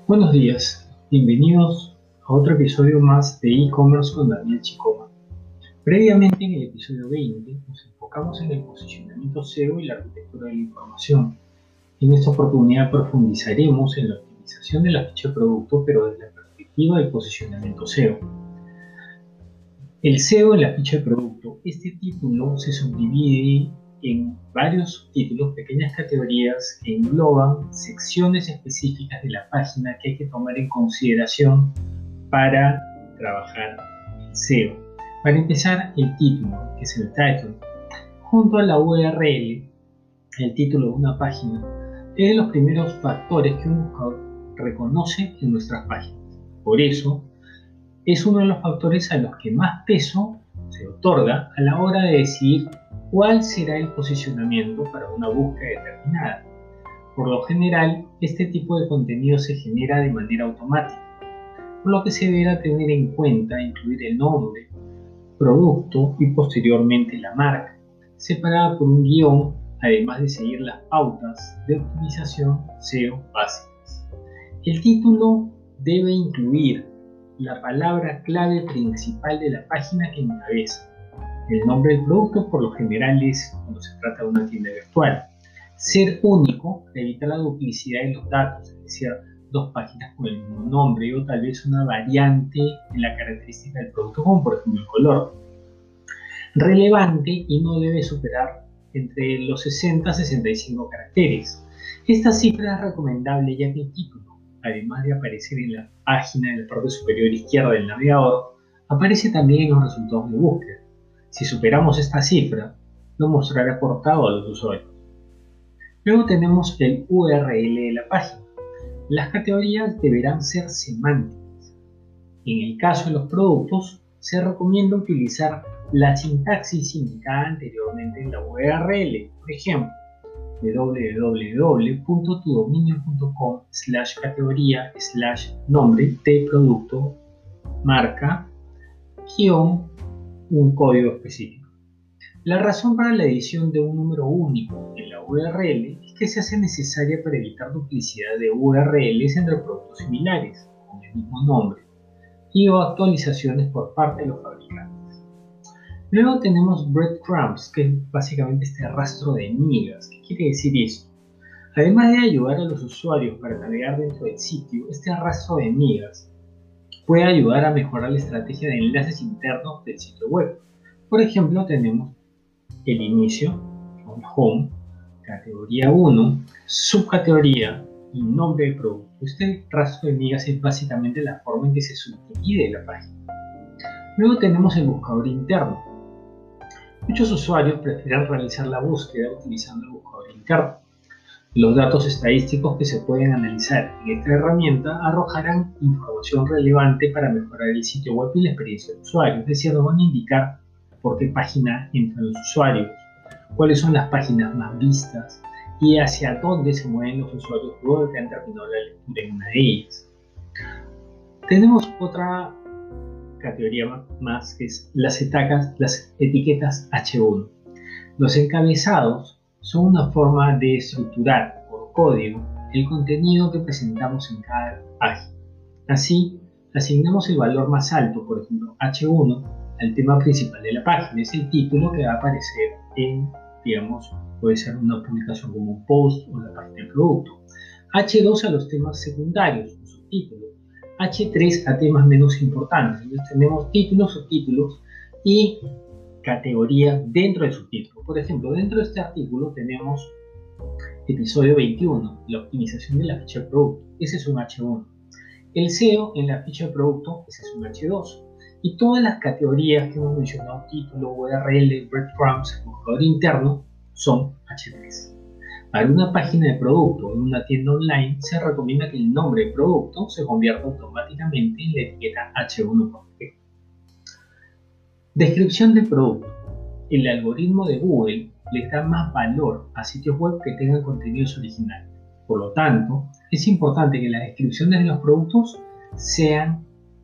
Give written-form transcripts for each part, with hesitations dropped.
Buenos días, bienvenidos a otro episodio más de e-commerce con Daniel Chicoma. Previamente en el episodio 20 nos enfocamos en el posicionamiento SEO y la arquitectura de la información. En esta oportunidad profundizaremos en la optimización de la ficha de producto, pero desde la perspectiva del posicionamiento SEO. El SEO en la ficha de producto. Este título se subdivide en varios subtítulos, pequeñas categorías que engloban secciones específicas de la página que hay que tomar en consideración para trabajar el SEO. Para empezar, el título, que es el title, junto a la URL, el título de una página, es de los primeros factores que un buscador reconoce en nuestras páginas. Por eso, es uno de los factores a los que más peso se otorga a la hora de decidir cuál será el posicionamiento para una búsqueda determinada. Por lo general, este tipo de contenido se genera de manera automática, por lo que se deberá tener en cuenta incluir el nombre, producto y posteriormente la marca, separada por un guión, además de seguir las pautas de optimización SEO básicas. El título debe incluir la palabra clave principal de la página que encabeza. El nombre del producto por lo general es cuando se trata de una tienda virtual. Ser único evita la duplicidad de los datos, es decir, dos páginas con el mismo nombre o tal vez una variante en la característica del producto, como por ejemplo el color. Relevante y no debe superar entre los 60 a 65 caracteres. Esta cifra es recomendable ya que el título, además de aparecer en la página de la parte superior izquierda del navegador, aparece también en los resultados de búsqueda. Si superamos esta cifra, lo mostrará cortado a los usuarios. Luego tenemos el URL de la página. Las categorías deberán ser semánticas. En el caso de los productos, se recomienda utilizar la sintaxis indicada anteriormente en la URL. Por ejemplo, www.tudominio.com/categoría/nombre de producto, marca, un código específico. La razón para la edición de un número único en la URL es que se hace necesaria para evitar duplicidad de URLs entre productos similares con el mismo nombre y o actualizaciones por parte de los fabricantes. Luego tenemos breadcrumbs, que es básicamente este rastro de migas. ¿Qué quiere decir esto? Además de ayudar a los usuarios para navegar dentro del sitio, este rastro de migas puede ayudar a mejorar la estrategia de enlaces internos del sitio web. Por ejemplo, tenemos el inicio, el home, categoría 1, subcategoría y nombre de producto. Este rastro de migas es básicamente la forma en que se subdivide la página. Luego tenemos el buscador interno. Muchos usuarios prefieren realizar la búsqueda utilizando el buscador interno. Los datos estadísticos que se pueden analizar en esta herramienta arrojarán información relevante para mejorar el sitio web y la experiencia del usuario, es decir, nos van a indicar por qué página entran los usuarios, cuáles son las páginas más vistas y hacia dónde se mueven los usuarios luego de que han terminado la lectura en una de ellas. Tenemos otra categoría más que es las etiquetas H1. Los encabezados son una forma de estructurar por código el contenido que presentamos en cada página. Así, asignamos el valor más alto, por ejemplo H1, al tema principal de la página. Es el título que va a aparecer en, digamos, puede ser una publicación como un post o la página del producto. H2 a los temas secundarios, un subtítulo. H3 a temas menos importantes. Entonces tenemos títulos, subtítulos y categorías dentro del subtítulo. Por ejemplo, dentro de este artículo tenemos episodio 21, la optimización de la ficha de producto. Ese es un H1. El SEO en la ficha de producto, ese es un H2. Y todas las categorías que hemos mencionado, título, URL, breadcrumbs, buscador interno, son H3. Para una página de producto en una tienda online, se recomienda que el nombre del producto se convierta automáticamente en la etiqueta H1 por defecto. Descripción del producto. El algoritmo de Google les da más valor a sitios web que tengan contenidos originales. Por lo tanto, es importante que las descripciones de los productos sean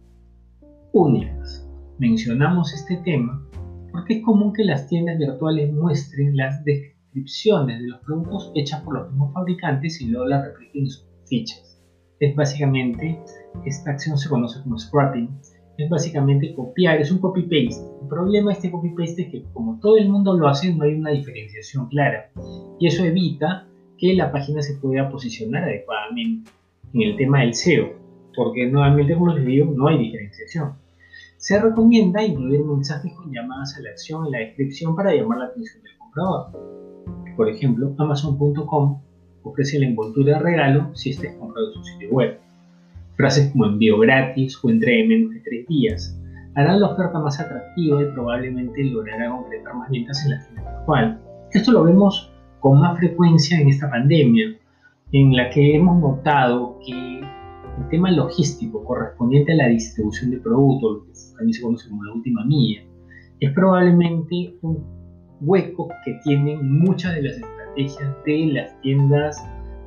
únicas. Mencionamos este tema porque es común que las tiendas virtuales muestren las descripciones de los productos hechas por los mismos fabricantes y luego las repliquen en sus fichas. es básicamente, esta acción se conoce como scrapping, es básicamente copiar, es un copy-paste. El problema de este copy-paste es que como todo el mundo lo hace, no hay una diferenciación clara y eso evita que la página se pueda posicionar adecuadamente en el tema del SEO, porque nuevamente, como les digo, no hay diferenciación. Se recomienda incluir mensajes con llamadas a la acción en la descripción para llamar la atención del comprador. Por ejemplo, Amazon.com ofrece la envoltura de regalo si estés comprando su sitio web. Frases como envío gratis o entrega en menos de 3 días harán la oferta más atractiva y probablemente logrará concretar más ventas en la tienda virtual. Esto lo vemos con más frecuencia en esta pandemia, en la que hemos notado que el tema logístico correspondiente a la distribución de productos, lo que también se conoce como la última milla, es probablemente un hueco que tienen muchas de las estrategias de las tiendas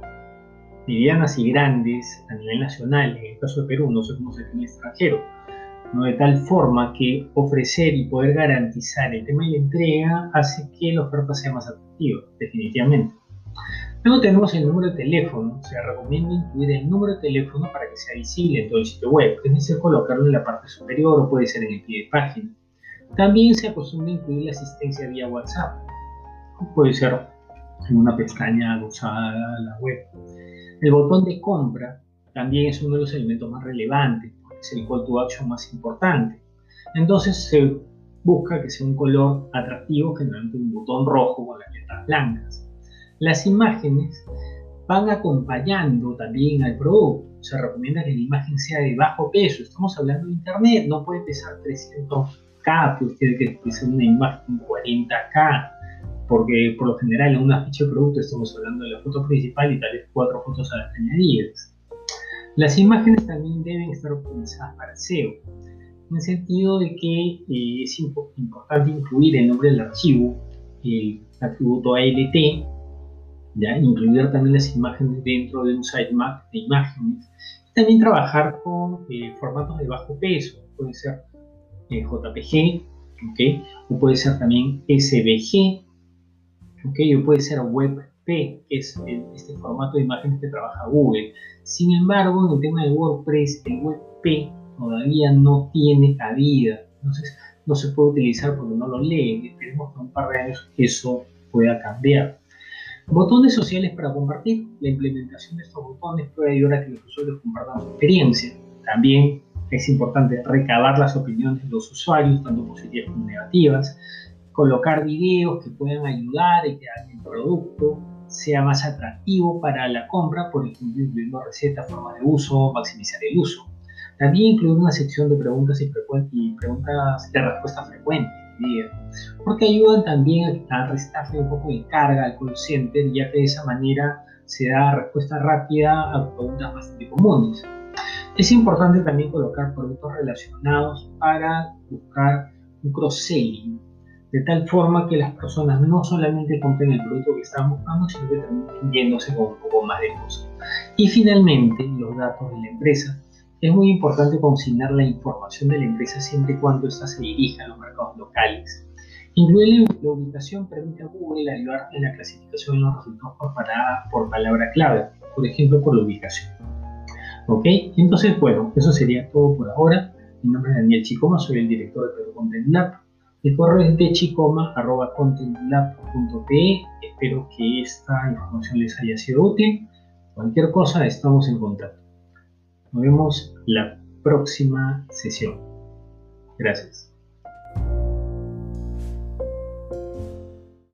medianas y grandes a nivel nacional. En el caso de Perú, no sé cómo se tiene en el extranjero, ¿no? De tal forma que ofrecer y poder garantizar el tema de la entrega hace que la oferta sea más atractiva, definitivamente. Luego tenemos el número de teléfono. Se recomienda incluir el número de teléfono para que sea visible en todo el sitio web, es decir, colocarlo en la parte superior o puede ser en el pie de página. También se acostumbra incluir la asistencia vía WhatsApp, o puede ser en una pestaña adosada a la web. El botón de compra también es uno de los elementos más relevantes, porque es el call to action más importante. Entonces se busca que sea un color atractivo, generalmente un botón rojo con las letras blancas. Las imágenes van acompañando también al producto. Se recomienda que la imagen sea de bajo peso. Estamos hablando de internet, no puede pesar 300K, pues tiene que ser una imagen 40K, porque por lo general en una ficha de producto estamos hablando de la foto principal y tal vez 4 fotos añadidas. Las imágenes también deben estar optimizadas para SEO, en el sentido de que es importante incluir el nombre del archivo, el atributo ALT, ¿ya? Incluir también las imágenes dentro de un sitemap de imágenes. También trabajar con formatos de bajo peso, puede ser JPG, ¿okay? O puede ser también SVG, ¿okay? O puede ser WebP, que es este formato de imágenes que trabaja Google. Sin embargo, en el tema de WordPress, el WebP todavía no tiene cabida, entonces no se puede utilizar porque no lo lee. Esperemos que en un par de años eso pueda cambiar. Botones sociales para compartir. La implementación de estos botones puede ayudar a que los usuarios compartan su experiencia. También es importante recabar las opiniones de los usuarios, tanto positivas como negativas. Colocar videos que puedan ayudar y que el producto sea más atractivo para la compra, por ejemplo, incluyendo recetas, formas de uso, maximizar el uso. También incluir una sección de preguntas y preguntas de respuesta frecuente, porque ayudan también a restarle un poco de carga al call center, ya que de esa manera se da respuesta rápida a preguntas bastante comunes. Es importante también colocar productos relacionados para buscar un cross-selling, de tal forma que las personas no solamente compren el producto que están buscando, sino que también yéndose con un poco más de cosas. Y finalmente, los datos de la empresa. Es muy importante consignar la información de la empresa siempre y cuando ésta se dirija a los mercados locales. Incluir la ubicación permite a Google ayudar en la clasificación de los resultados por palabra clave, por ejemplo, por la ubicación. ¿Ok? Entonces, bueno, eso sería todo por ahora. Mi nombre es Daniel Chicoma, soy el director de Perú Content Lab. El correo es dchicoma@contentlab.pe. Espero que esta información les haya sido útil. Cualquier cosa, estamos en contacto. Nos vemos la próxima sesión. Gracias.